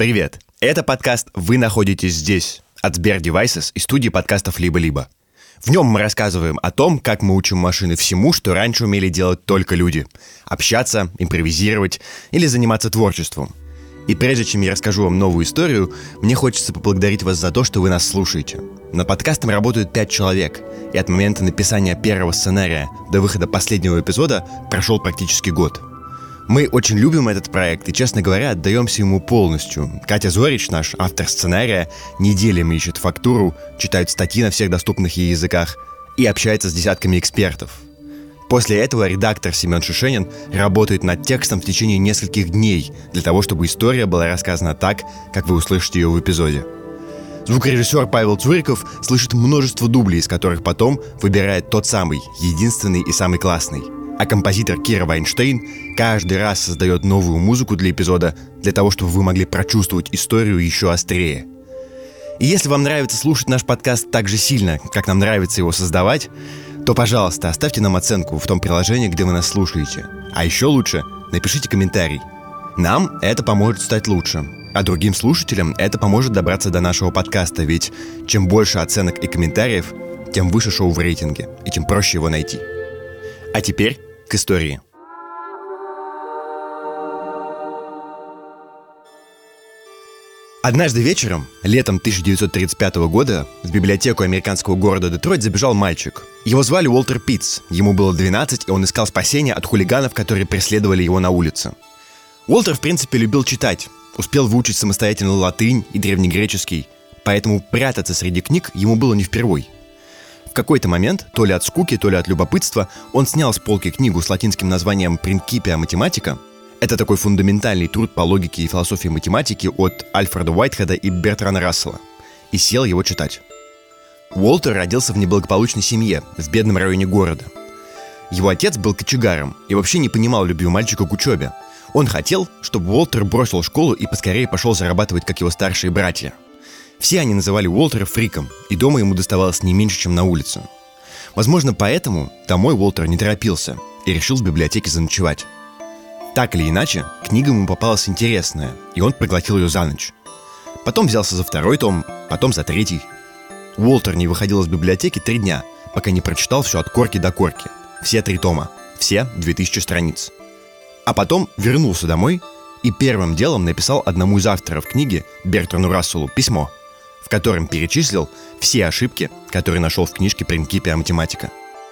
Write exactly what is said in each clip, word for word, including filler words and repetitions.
Привет! Это подкаст «Вы находитесь здесь» от Сбер Devices и студии подкастов «Либо-либо». В нем мы рассказываем о том, как мы учим машины всему, что раньше умели делать только люди. Общаться, импровизировать или заниматься творчеством. И прежде чем я расскажу вам новую историю, мне хочется поблагодарить вас за то, что вы нас слушаете. Над подкастом работают пять человек, и от момента написания первого сценария до выхода последнего эпизода прошел практически год. Мы очень любим этот проект и, честно говоря, отдаемся ему полностью. Катя Зорич, наш автор сценария, неделями ищет фактуру, читает статьи на всех доступных ей языках и общается с десятками экспертов. После этого редактор Семен Шишенин работает над текстом в течение нескольких дней для того, чтобы история была рассказана так, как вы услышите ее в эпизоде. Звукорежиссер Павел Цуриков слышит множество дублей, из которых потом выбирает тот самый, единственный и самый классный. А композитор Кира Вайнштейн каждый раз создает новую музыку для эпизода, для того, чтобы вы могли прочувствовать историю еще острее. И если вам нравится слушать наш подкаст так же сильно, как нам нравится его создавать, то, пожалуйста, оставьте нам оценку в том приложении, где вы нас слушаете. А еще лучше, напишите комментарий. Нам это поможет стать лучше, а другим слушателям это поможет добраться до нашего подкаста, ведь чем больше оценок и комментариев, тем выше шоу в рейтинге, и тем проще его найти. А теперь к истории. Однажды вечером, летом тысяча девятьсот тридцать пятого года, в библиотеку американского города Детройт забежал мальчик. Его звали Уолтер Питтс, ему было двенадцать, и он искал спасения от хулиганов, которые преследовали его на улице. Уолтер, в принципе, любил читать, успел выучить самостоятельно латынь и древнегреческий, поэтому прятаться среди книг ему было не впервой. В какой-то момент, то ли от скуки, то ли от любопытства, он снял с полки книгу с латинским названием «Principia Mathematica». Это такой фундаментальный труд по логике и философии математики от Альфреда Уайтхеда и Бертрана Рассела, и сел его читать. Уолтер родился в неблагополучной семье, в бедном районе города. Его отец был кочегаром и вообще не понимал любви мальчика к учебе. Он хотел, чтобы Уолтер бросил школу и поскорее пошел зарабатывать, как его старшие братья. Все они называли Уолтера фриком, и дома ему доставалось не меньше, чем на улице. Возможно, поэтому домой Уолтер не торопился и решил в библиотеке заночевать. Так или иначе, книга ему попалась интересная, и он проглотил ее за ночь. Потом взялся за второй том, потом за третий. Уолтер не выходил из библиотеки три дня, пока не прочитал все от корки до корки. Все три тома, все две тысячи страниц. А потом вернулся домой и первым делом написал одному из авторов книги, Бертрану Расселу, письмо, в котором перечислил все ошибки, которые нашел в книжке «Principia Mathematica».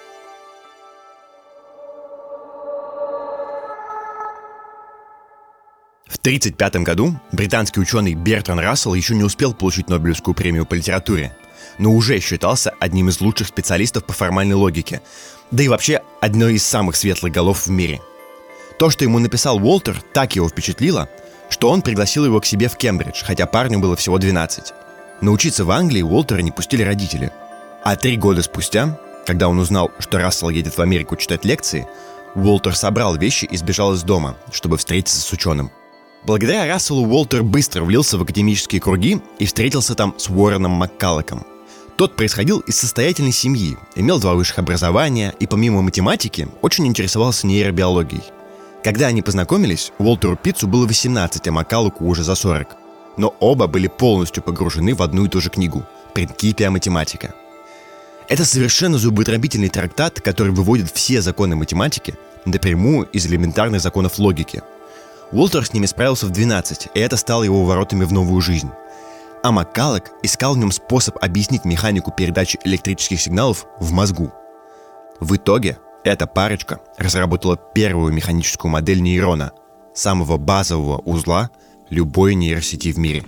В тысяча девятьсот тридцать пятом году британский ученый Бертран Рассел еще не успел получить Нобелевскую премию по литературе, но уже считался одним из лучших специалистов по формальной логике, да и вообще одной из самых светлых голов в мире. То, что ему написал Уолтер, так его впечатлило, что он пригласил его к себе в Кембридж, хотя парню было всего двенадцать. Научиться в Англии Уолтера не пустили родители. А три года спустя, когда он узнал, что Рассел едет в Америку читать лекции, Уолтер собрал вещи и сбежал из дома, чтобы встретиться с ученым. Благодаря Расселу Уолтер быстро влился в академические круги и встретился там с Уорреном Маккаллоком. Тот происходил из состоятельной семьи, имел два высших образования и помимо математики очень интересовался нейробиологией. Когда они познакомились, Уолтеру Питтсу было восемнадцать, а Маккаллоку уже за сорок. Но оба были полностью погружены в одну и ту же книгу «Principia Mathematica». Это совершенно зубодробительный трактат, который выводит все законы математики напрямую из элементарных законов логики. Уолтер с ними справился в двенадцать, и это стало его воротами в новую жизнь. А Маккаллок искал в нем способ объяснить механику передачи электрических сигналов в мозгу. В итоге эта парочка разработала первую механическую модель нейрона, самого базового узла любой нейросети в мире.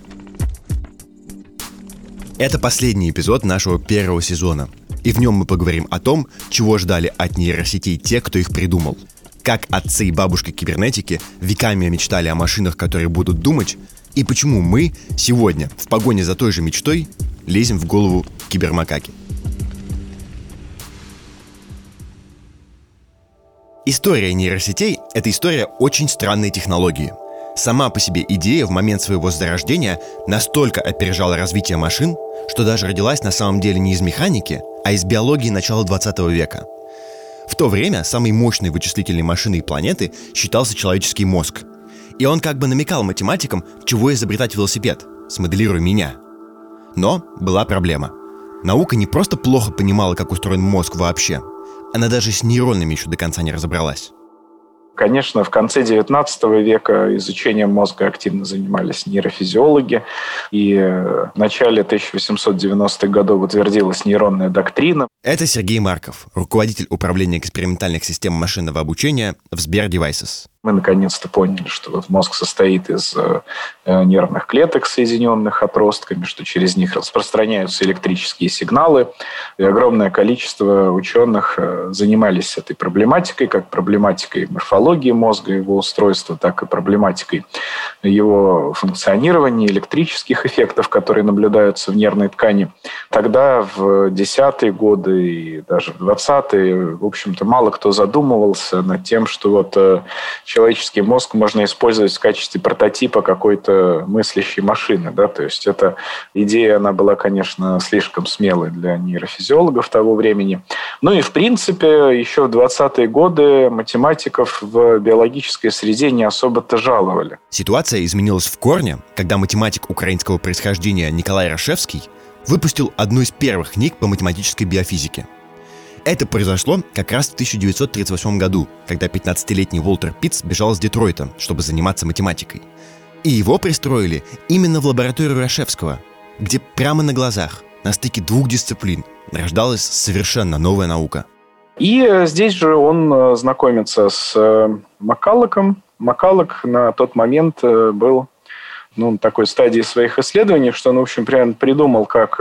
Это последний эпизод нашего первого сезона, и в нем мы поговорим о том, чего ждали от нейросетей те, кто их придумал. Как отцы и бабушки кибернетики веками мечтали о машинах, которые будут думать, и почему мы сегодня, в погоне за той же мечтой, лезем в голову кибермакаки. История нейросетей – это история очень странной технологии. Сама по себе идея в момент своего зарождения настолько опережала развитие машин, что даже родилась на самом деле не из механики, а из биологии начала двадцатого века. В то время самой мощной вычислительной машиной планеты считался человеческий мозг. И он как бы намекал математикам, чего изобретать велосипед. Смоделируй меня. Но была проблема. Наука не просто плохо понимала, как устроен мозг вообще. Она даже с нейронами еще до конца не разобралась. Конечно, в конце девятнадцатого века изучением мозга активно занимались нейрофизиологи, и в начале тысяча восемьсот девяностых годов утвердилась нейронная доктрина. Это Сергей Марков, руководитель управления экспериментальных систем машинного обучения в Сбер Девайсес. Мы наконец-то поняли, что вот мозг состоит из нервных клеток, соединенных отростками, что через них распространяются электрические сигналы. И огромное количество ученых занимались этой проблематикой, как проблематикой морфологии мозга, его устройства, так и проблематикой его функционирования, электрических эффектов, которые наблюдаются в нервной ткани. Тогда, в десятые годы и даже в двадцатые, в общем-то, мало кто задумывался над тем, что вот человеческий мозг можно использовать в качестве прототипа какой-то мыслящей машины. Да? То есть эта идея, она была, конечно, слишком смелой для нейрофизиологов того времени. Ну и, в принципе, еще в двадцатые годы математиков в биологической среде не особо-то жаловали. Ситуация изменилась в корне, когда математик украинского происхождения Николай Рашевский выпустил одну из первых книг по математической биофизике. Это произошло как раз в тысяча девятьсот тридцать восьмом году, когда пятнадцатилетний Уолтер Питц бежал из Детройта, чтобы заниматься математикой. И его пристроили именно в лабораторию Рашевского, где прямо на глазах, на стыке двух дисциплин, рождалась совершенно новая наука. И здесь же он знакомится с Маккаллоком. Маккаллок на тот момент был ну, такой стадии своих исследований, что он, в общем, прям придумал, как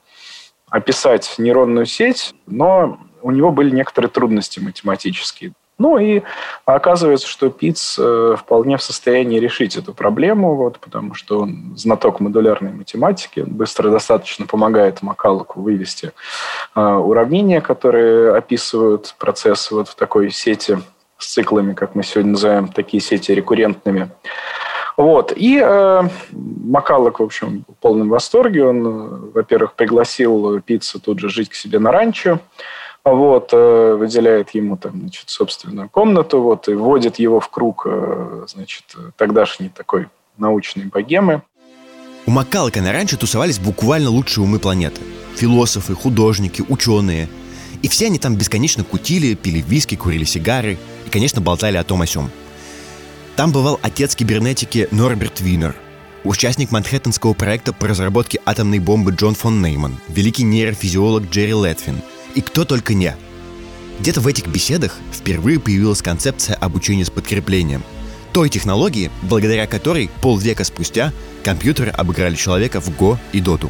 описать нейронную сеть, но у него были некоторые трудности математические. Ну и оказывается, что Питц вполне в состоянии решить эту проблему, вот, потому что он знаток модулярной математики, он быстро достаточно помогает Маккаллоку вывести э, уравнения, которые описывают процессы вот в такой сети с циклами, как мы сегодня называем, такие сети рекуррентными. Вот. И э, Маккаллок, в общем, в полном восторге. Он, во-первых, пригласил Питца тут же жить к себе на ранчо. Вот, э, выделяет ему там, значит, собственную комнату, вот, и вводит его в круг, э, значит, тогдашней такой научной богемы. У Маккаллока на ранчо тусовались буквально лучшие умы планеты. Философы, художники, ученые. И все они там бесконечно кутили, пили виски, курили сигары и, конечно, болтали о том о сём. Там бывал отец кибернетики Норберт Винер, участник манхэттенского проекта по разработке атомной бомбы Джон фон Нейман, великий нейрофизиолог Джерри Летвин и кто только не. Где-то в этих беседах впервые появилась концепция обучения с подкреплением. Той технологии, благодаря которой полвека спустя компьютеры обыграли человека в Го и Доту.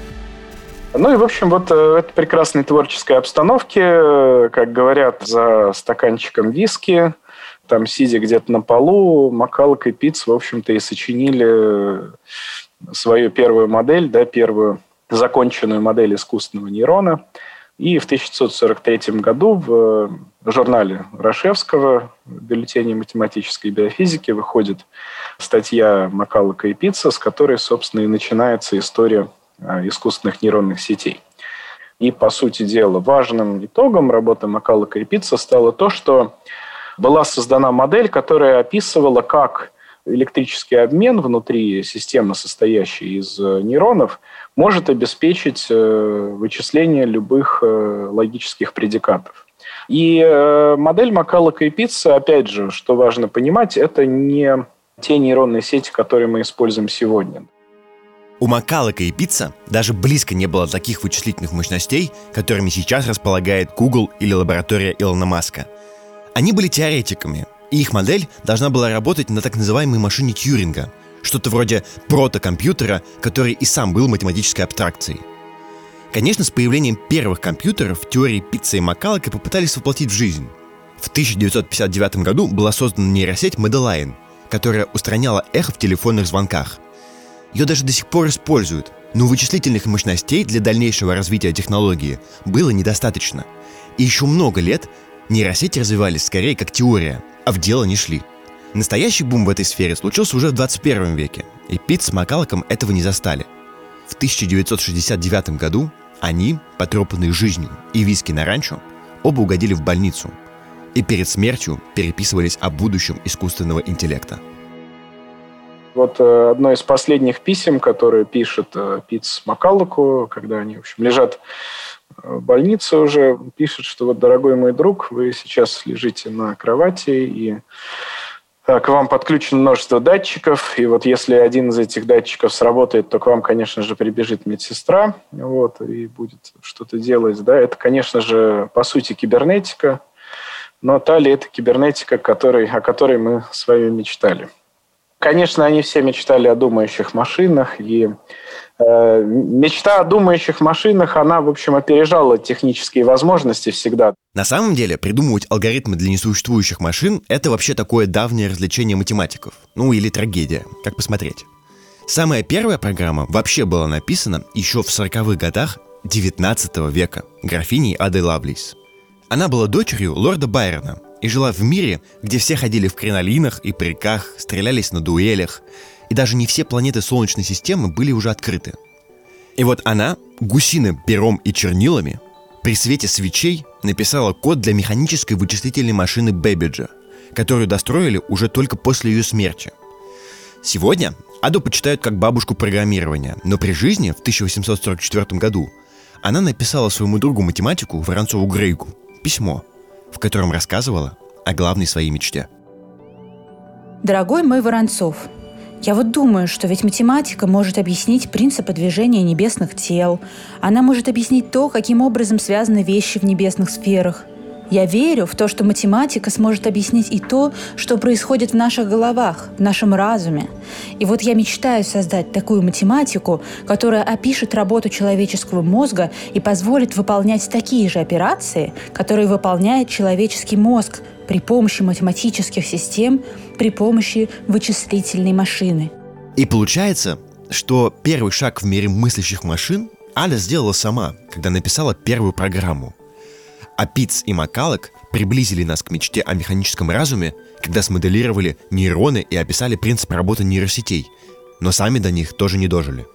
Ну и, в общем, вот в этой прекрасной творческой обстановке, как говорят, за стаканчиком виски, там, сидя где-то на полу, Маккаллок и Питц, в общем-то, и сочинили свою первую модель, да, первую законченную модель искусственного нейрона. И в тысяча девятьсот сорок третьем году в журнале Рашевского, в бюллетене математической биофизики, выходит статья Маккаллока и Питца, с которой, собственно, и начинается история искусственных нейронных сетей. И, по сути дела, важным итогом работы Маккаллока и Питца стало то, что была создана модель, которая описывала, как электрический обмен внутри системы, состоящей из нейронов, может обеспечить вычисление любых логических предикатов. И модель Маккаллока и Питца, опять же, что важно понимать, это не те нейронные сети, которые мы используем сегодня. У Маккаллока и Питца даже близко не было таких вычислительных мощностей, которыми сейчас располагает Google или лаборатория Илона Маска. Они были теоретиками, и их модель должна была работать на так называемой машине Тьюринга, что-то вроде протокомпьютера, который и сам был математической абстракцией. Конечно, с появлением первых компьютеров теории Питца и Маккаллока попытались воплотить в жизнь. В тысяча девятьсот пятьдесят девятом году была создана нейросеть Медельайн, которая устраняла эхо в телефонных звонках. Ее даже до сих пор используют, но вычислительных мощностей для дальнейшего развития технологии было недостаточно. И еще много лет нейросети развивались скорее как теория, а в дело не шли. Настоящий бум в этой сфере случился уже в двадцать первом веке, и Питц с Маккаллоком этого не застали. В тысяча девятьсот шестьдесят девятом году они, потрепанные жизнью и виски на ранчо, оба угодили в больницу и перед смертью переписывались о будущем искусственного интеллекта. Вот одно из последних писем, которое пишет Питц Маккаллоку, когда они, в общем, лежат в больнице уже, пишет, что вот, дорогой мой друг, вы сейчас лежите на кровати, и к вам подключено множество датчиков, и вот если один из этих датчиков сработает, то к вам, конечно же, прибежит медсестра, вот, и будет что-то делать, да, это, конечно же, по сути, кибернетика, но та ли это кибернетика, которой, о которой мы с вами мечтали. Конечно, они все мечтали о думающих машинах, и э, мечта о думающих машинах, она, в общем, опережала технические возможности всегда. На самом деле, придумывать алгоритмы для несуществующих машин – это вообще такое давнее развлечение математиков. Ну, или трагедия, как посмотреть. Самая первая программа вообще была написана еще в сороковых годах девятнадцатого века графиней Адой Лавлейс. Она была дочерью лорда Байрона и жила в мире, где все ходили в кринолинах и париках, стрелялись на дуэлях, и даже не все планеты Солнечной системы были уже открыты. И вот она, гусиным пером и чернилами, при свете свечей написала код для механической вычислительной машины Бэббиджа, которую достроили уже только после ее смерти. Сегодня Аду почитают как бабушку программирования, но при жизни в тысяча восемьсот сорок четвёртом году она написала своему другу-математику Воронцову Грейгу письмо, в котором рассказывала о главной своей мечте. Дорогой мой Воронцов, я вот думаю, что ведь математика может объяснить принципы движения небесных тел. Она может объяснить то, каким образом связаны вещи в небесных сферах. Я верю в то, что математика сможет объяснить и то, что происходит в наших головах, в нашем разуме. И вот я мечтаю создать такую математику, которая опишет работу человеческого мозга и позволит выполнять такие же операции, которые выполняет человеческий мозг при помощи математических систем, при помощи вычислительной машины. И получается, что первый шаг в мире мыслящих машин Ада сделала сама, когда написала первую программу. А Питц и Маккаллок приблизили нас к мечте о механическом разуме, когда смоделировали нейроны и описали принцип работы нейросетей, но сами до них тоже не дожили.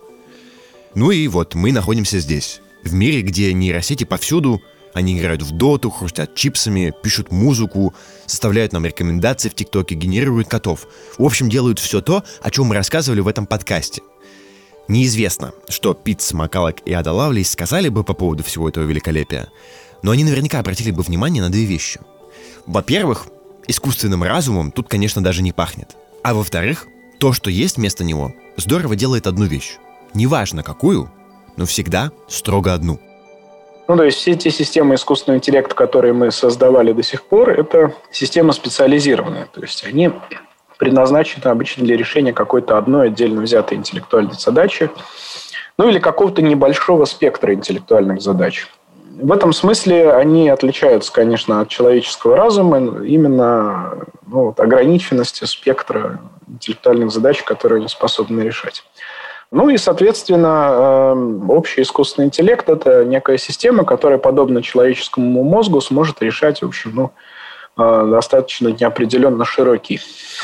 Ну и вот мы находимся здесь, в мире, где нейросети повсюду, они играют в доту, хрустят чипсами, пишут музыку, составляют нам рекомендации в ТикТоке, генерируют котов. В общем, делают все то, о чем мы рассказывали в этом подкасте. Неизвестно, что Питц, Маккаллок и Ада Лавлейс сказали бы по поводу всего этого великолепия, но они наверняка обратили бы внимание на две вещи. Во-первых, искусственным разумом тут, конечно, даже не пахнет. А во-вторых, то, что есть вместо него, здорово делает одну вещь. Неважно какую, но всегда строго одну. Ну, то есть все те системы искусственного интеллекта, которые мы создавали до сих пор, это системы специализированные. То есть они предназначены обычно для решения какой-то одной отдельно взятой интеллектуальной задачи, ну или какого-то небольшого спектра интеллектуальных задач. В этом смысле они отличаются, конечно, от человеческого разума именно ну, вот, ограниченностью спектра интеллектуальных задач, которые они способны решать. Ну и, соответственно, общий искусственный интеллект – это некая система, которая, подобно человеческому мозгу, сможет решать, в общем, ну, достаточно неопределенно широкий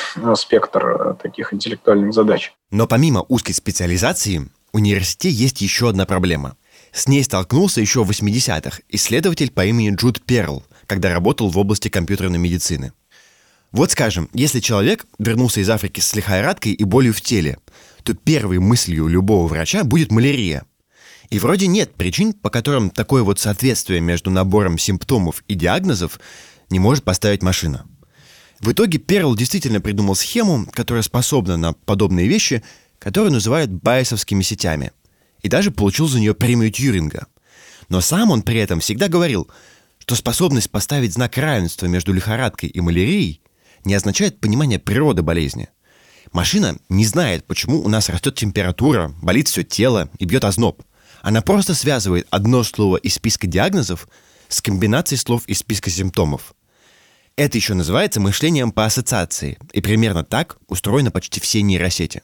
спектр таких интеллектуальных задач. Но помимо узкой специализации, у нейросетей есть еще одна проблема. С ней столкнулся еще в восьмидесятых исследователь по имени Джуд Перл, когда работал в области компьютерной медицины. Вот скажем, если человек вернулся из Африки с лихорадкой и болью в теле, то первой мыслью любого врача будет малярия. И вроде нет причин, по которым такое вот соответствие между набором симптомов и диагнозов не может поставить машина. В итоге Перл действительно придумал схему, которая способна на подобные вещи, которые называют байесовскими сетями, и даже получил за нее премию Тьюринга. Но сам он при этом всегда говорил, что способность поставить знак равенства между лихорадкой и малярией не означает понимание природы болезни. Машина не знает, почему у нас растет температура, болит все тело и бьет озноб. Она просто связывает одно слово из списка диагнозов с комбинацией слов из списка симптомов. Это еще называется мышлением по ассоциации, и примерно так устроены почти все нейросети.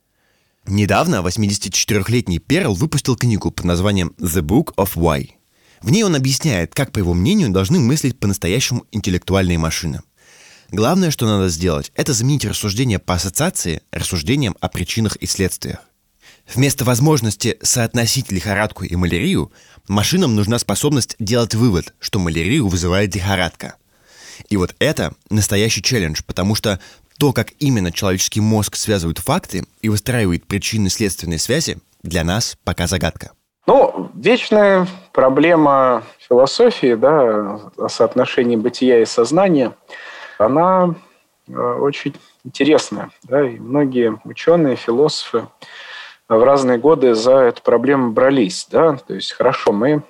Недавно восьмидесятичетырёхлетний Перл выпустил книгу под названием «The Book of Why». В ней он объясняет, как, по его мнению, должны мыслить по-настоящему интеллектуальные машины. Главное, что надо сделать, это заменить рассуждение по ассоциации рассуждением о причинах и следствиях. Вместо возможности соотносить лихорадку и малярию, машинам нужна способность делать вывод, что малярию вызывает лихорадка. И вот это настоящий челлендж, потому что то, как именно человеческий мозг связывает факты и выстраивает причинно-следственные связи, для нас пока загадка. Ну, вечная проблема философии, да, о соотношении бытия и сознания, она очень интересная. Да, и многие ученые, философы в разные годы за эту проблему брались. Да? То есть, хорошо, мы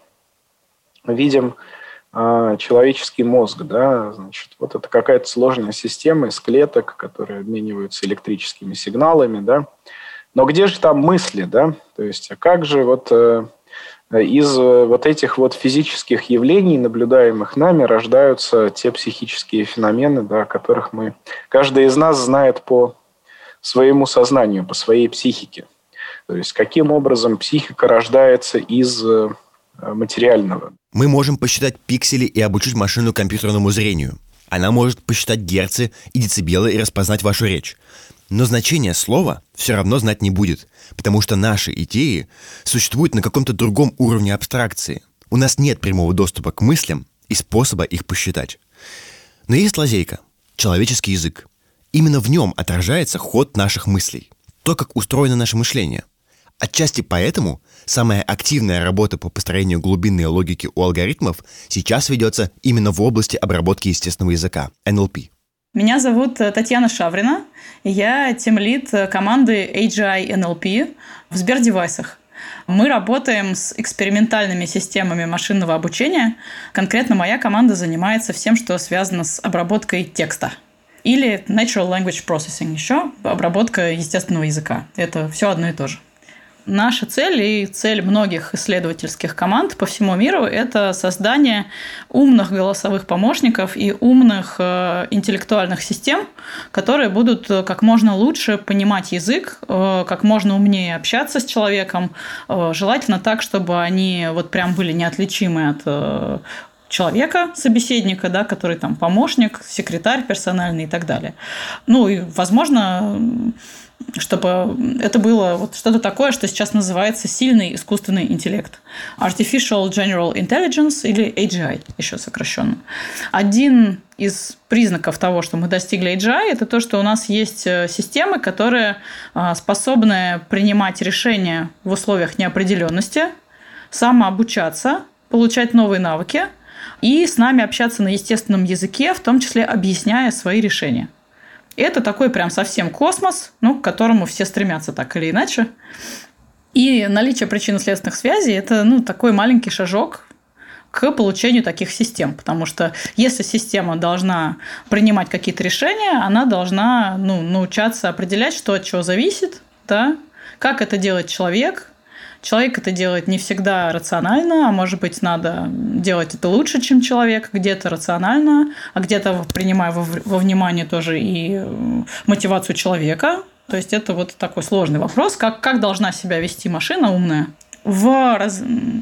видим э, человеческий мозг. Да? Значит, вот это какая-то сложная система из клеток, которые обмениваются электрическими сигналами. Да? Но где же там мысли? Да? То есть, а как же вот... Э, из вот этих вот физических явлений, наблюдаемых нами, рождаются те психические феномены, да, которых мы, каждый из нас знает по своему сознанию, по своей психике. То есть, каким образом психика рождается из материального. Мы можем посчитать пиксели и обучить машину компьютерному зрению. Она может посчитать герцы и децибелы и распознать вашу речь. Но значение слова все равно знать не будет, потому что наши идеи существуют на каком-то другом уровне абстракции. У нас нет прямого доступа к мыслям и способа их посчитать. Но есть лазейка – человеческий язык. Именно в нем отражается ход наших мыслей, то, как устроено наше мышление. Отчасти поэтому самая активная работа по построению глубинной логики у алгоритмов сейчас ведется именно в области обработки естественного языка – эн эл пи. Меня зовут Татьяна Шаврина, и я тимлид команды эй джи ай эн эл пи в Сбердевайсах. Мы работаем с экспериментальными системами машинного обучения. Конкретно моя команда занимается всем, что связано с обработкой текста. Или Natural Language Processing еще, обработка естественного языка. Это все одно и то же. Наша цель и цель многих исследовательских команд по всему миру – это создание умных голосовых помощников и умных э, интеллектуальных систем, которые будут как можно лучше понимать язык, э, как можно умнее общаться с человеком, э, желательно так, чтобы они вот прям были неотличимы от э, человека, собеседника, да, который там помощник, секретарь персональный и так далее. Ну и, возможно, чтобы это было вот что-то такое, что сейчас называется сильный искусственный интеллект. Artificial General Intelligence или эй джи ай, еще сокращенно. Один из признаков того, что мы достигли эй джи ай, это то, что у нас есть системы, которые способны принимать решения в условиях неопределенности, самообучаться, получать новые навыки и с нами общаться на естественном языке, в том числе объясняя свои решения. Это такой прям совсем космос, ну, к которому все стремятся так или иначе. И наличие причинно-следственных связей – это ну, такой маленький шажок к получению таких систем. Потому что если система должна принимать какие-то решения, она должна ну, научаться определять, что от чего зависит, да? Как это делает человек. Человек это делает не всегда рационально, а может быть, надо делать это лучше, чем человек, где-то рационально, а где-то принимая во, во внимание тоже и мотивацию человека. То есть это вот такой сложный вопрос, как, как должна себя вести машина умная. В, раз...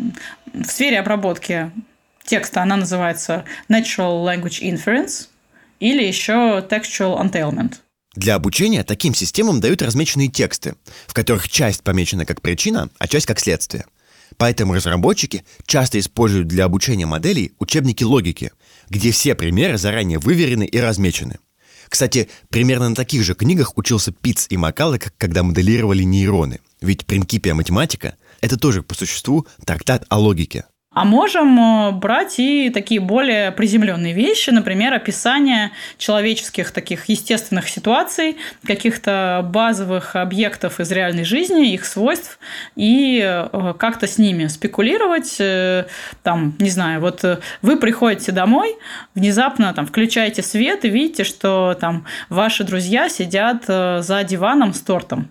в сфере обработки текста она называется Natural Language Inference или еще Textual Entailment. Для обучения таким системам дают размеченные тексты, в которых часть помечена как причина, а часть как следствие. Поэтому разработчики часто используют для обучения моделей учебники логики, где все примеры заранее выверены и размечены. Кстати, примерно на таких же книгах учился Питц и Маккаллок, когда моделировали нейроны. Ведь Principia Mathematica – это тоже по существу трактат о логике. А можем брать и такие более приземленные вещи, например, описание человеческих таких естественных ситуаций, каких-то базовых объектов из реальной жизни, их свойств, и как-то с ними спекулировать. Там, не знаю, вот вы приходите домой, внезапно там, включаете свет и видите, что там ваши друзья сидят за диваном с тортом.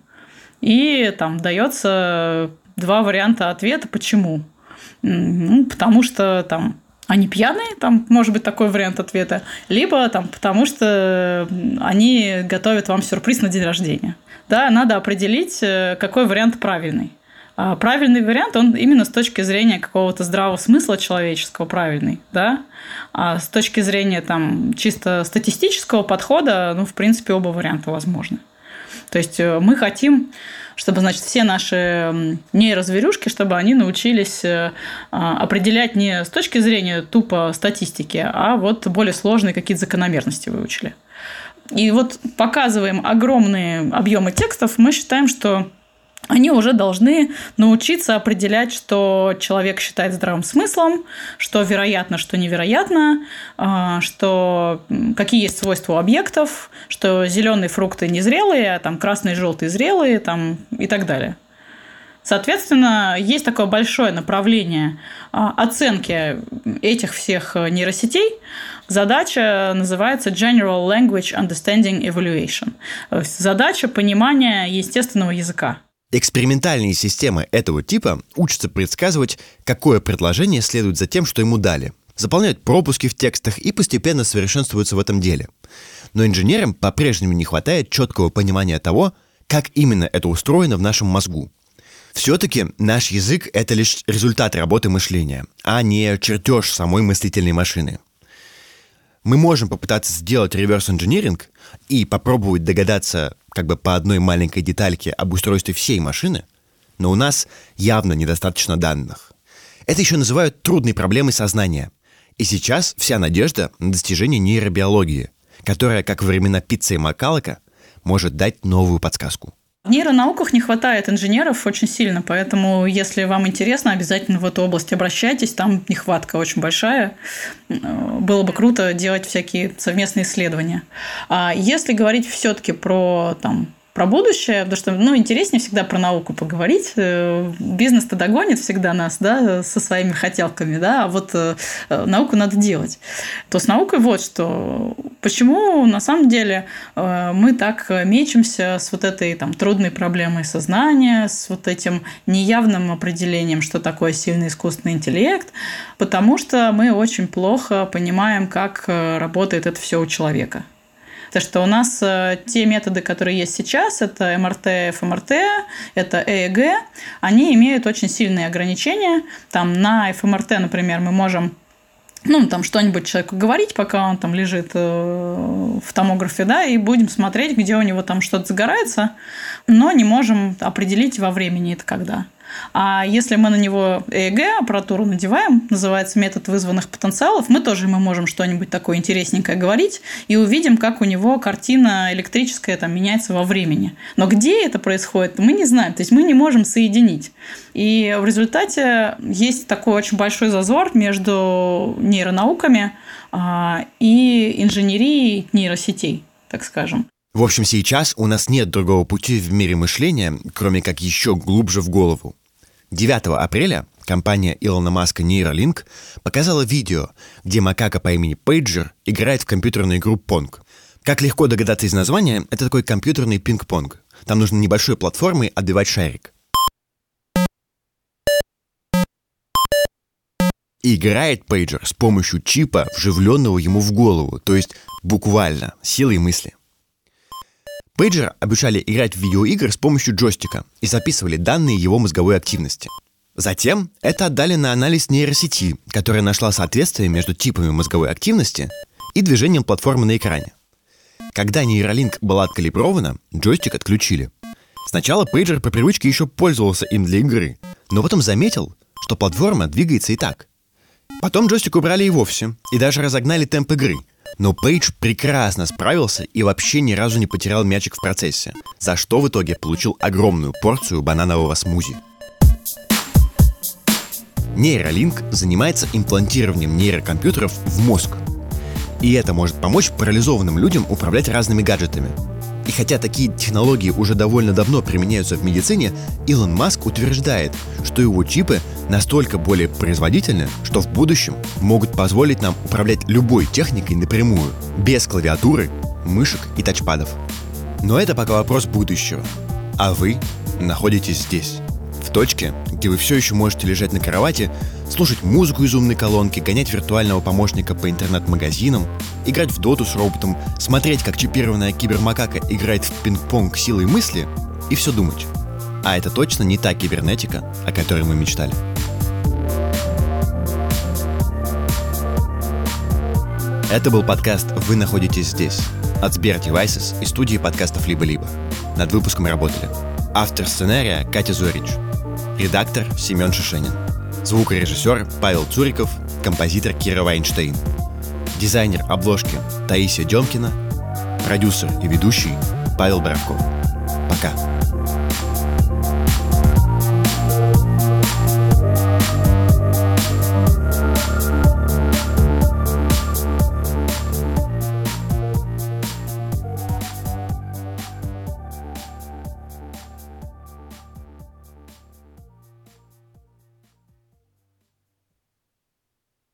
И там дается два варианта ответа «почему?». Ну, потому что там они пьяные, там может быть такой вариант ответа, либо там потому что они готовят вам сюрприз на день рождения. Да, надо определить, какой вариант правильный. А правильный вариант, он именно с точки зрения какого-то здравого смысла человеческого правильный, да? А с точки зрения там чисто статистического подхода, ну, в принципе, оба варианта возможны. То есть мы хотим, чтобы, значит, все наши нейрозверюшки, чтобы они научились определять не с точки зрения тупо статистики, а вот более сложные какие-то закономерности выучили. И вот показываем огромные объемы текстов, мы считаем, что они уже должны научиться определять, что человек считает здравым смыслом, что вероятно, что невероятно, что какие есть свойства у объектов, что зеленые фрукты незрелые, а там красные и желтые зрелые, там, и так далее. Соответственно, есть такое большое направление оценки этих всех нейросетей. Задача называется General Language Understanding Evaluation. Задача понимания естественного языка. Экспериментальные системы этого типа учатся предсказывать, какое предложение следует за тем, что ему дали, заполняют пропуски в текстах и постепенно совершенствуются в этом деле. Но инженерам по-прежнему не хватает четкого понимания того, как именно это устроено в нашем мозгу. Все-таки наш язык — это лишь результат работы мышления, а не чертеж самой мыслительной машины. Мы можем попытаться сделать реверс-инжиниринг и попробовать догадаться как бы по одной маленькой детальке об устройстве всей машины, но у нас явно недостаточно данных. Это еще называют трудной проблемой сознания. И сейчас вся надежда на достижение нейробиологии, которая, как во времена Питца и Маккаллока, может дать новую подсказку. В нейронауках не хватает инженеров очень сильно, поэтому, если вам интересно, обязательно в эту область обращайтесь, там нехватка очень большая. Было бы круто делать всякие совместные исследования. А если говорить все-таки про там, про будущее, потому что ну, интереснее всегда про науку поговорить. Бизнес-то догонит всегда нас, да, со своими хотелками, да, а вот науку надо делать. То с наукой вот что. Почему на самом деле мы так мечемся с вот этой там, трудной проблемой сознания, с вот этим неявным определением, что такое сильный искусственный интеллект? Потому что мы очень плохо понимаем, как работает это все у человека. Потому что у нас те методы, которые есть сейчас, это эм эр тэ, эф эм эр тэ, это и и джи, они имеют очень сильные ограничения. Там на эф эм эр тэ, например, мы можем ну, там что-нибудь человеку говорить, пока он там лежит в томографе, да, и будем смотреть, где у него там что-то загорается, но не можем определить во времени это когда. А если мы на него и и джи аппаратуру надеваем, называется метод вызванных потенциалов, мы тоже ему можем что-нибудь такое интересненькое говорить и увидим, как у него картина электрическая там, меняется во времени. Но где это происходит, мы не знаем, то есть мы не можем соединить. И в результате есть такой очень большой зазор между нейронауками и инженерией нейросетей, так скажем. В общем, сейчас у нас нет другого пути в мире мышления, кроме как еще глубже в голову. девятого апреля компания Илона Маска Neuralink показала видео, где макака по имени Пейджер играет в компьютерную игру Понг. Как легко догадаться из названия, это такой компьютерный пинг-понг. Там нужно небольшой платформой отбивать шарик. И играет Пейджер с помощью чипа, вживленного ему в голову, то есть буквально силой мысли. Пейджер обучали играть в видеоигры с помощью джойстика и записывали данные его мозговой активности. Затем это отдали на анализ нейросети, которая нашла соответствие между типами мозговой активности и движением платформы на экране. Когда нейролинк была откалибрована, джойстик отключили. Сначала Пейджер по привычке еще пользовался им для игры, но потом заметил, что платформа двигается и так. Потом джойстик убрали и вовсе, и даже разогнали темп игры. Но Пейдж прекрасно справился и вообще ни разу не потерял мячик в процессе, за что в итоге получил огромную порцию бананового смузи. Нейролинк занимается имплантированием нейрокомпьютеров в мозг. И это может помочь парализованным людям управлять разными гаджетами. И хотя такие технологии уже довольно давно применяются в медицине, Илон Маск утверждает, что его чипы настолько более производительны, что в будущем могут позволить нам управлять любой техникой напрямую, без клавиатуры, мышек и тачпадов. Но это пока вопрос будущего. А вы находитесь здесь, в точке, где вы все еще можете лежать на кровати, слушать музыку из умной колонки, гонять виртуального помощника по интернет-магазинам, играть в доту с роботом, смотреть, как чипированная кибермакака играет в пинг-понг силой мысли и все думать. А это точно не та кибернетика, о которой мы мечтали. Это был подкаст «Вы находитесь здесь» от Сбер Devices и студии подкастов «Либо-либо». Над выпуском работали автор сценария Катя Зорич, редактор Семен Шишенин, звукорежиссер Павел Цуриков, композитор Кира Вайнштейн, дизайнер обложки Таисия Демкина, продюсер и ведущий Павел Боровков. Пока.